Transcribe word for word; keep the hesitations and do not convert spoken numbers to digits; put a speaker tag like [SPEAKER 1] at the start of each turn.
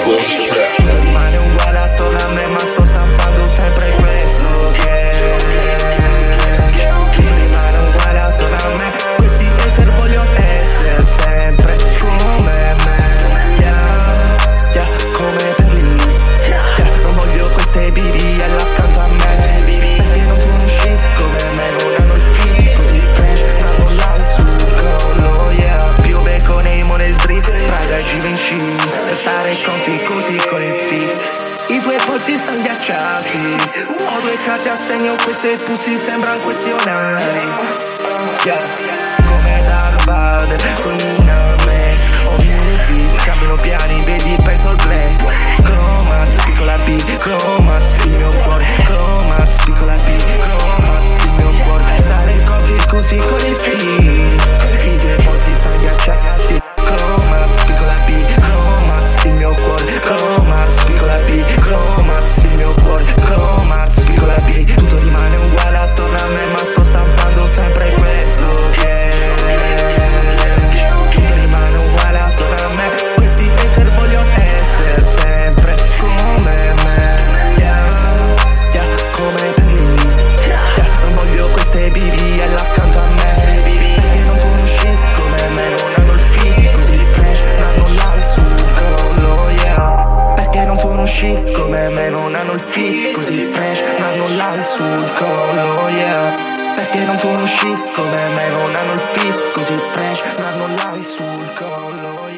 [SPEAKER 1] Ghost Trap.
[SPEAKER 2] Tutto rimane uguale attorno a me, ma sto stampando sempre questo che tutto rimane uguale attorno a me. Questi hater vogliono essere sempre come me, yeah, yeah, come per lì, yeah. Non voglio queste B B L accanto a me, perché non sono chic come me, non hanno il fit così fresh, ma non l'hai sul collo, yeah. Piove con Emo nel drip, Prada e Givenchy, per stare confi così con il fit. I tuoi polsi stanno ghiacciati, ho due carte a segno, queste pussy sembrano questionari, yeah. Come Darth Vader con una mess, ho un fit, cammino piani, vedi penso al black. Chromaz, piccola B, Chromaz, il mio cuore, Chromaz, piccola B, Chromaz, il mio cuore. Stare confi così con il fit, i tuoi polsi stanno ghiacciati. Chromaz, piccola B, Chromaz, il mio cuore, Chromaz, piccola B, Chromaz, il mio cuore, Chromaz, piccola B. Tutto rimane uguale attorno a me, ma sto stampando sempre questo che tutto rimane uguale attorno a me. Questi hater vogliono essere sempre come me, yeah, yeah, come per lì, yeah. Non voglio queste B B L accanto a me, perché non sono chic come me, non hanno il fit così fresh, ma non l'hai sul collo, yeah. Perché non sono chic come me, non hanno il fit così fresh, ma non l'hai sul collo, yeah. Perché non sono chic come me, non hanno il fit così fresh, ma non l'hai sul collo, yeah.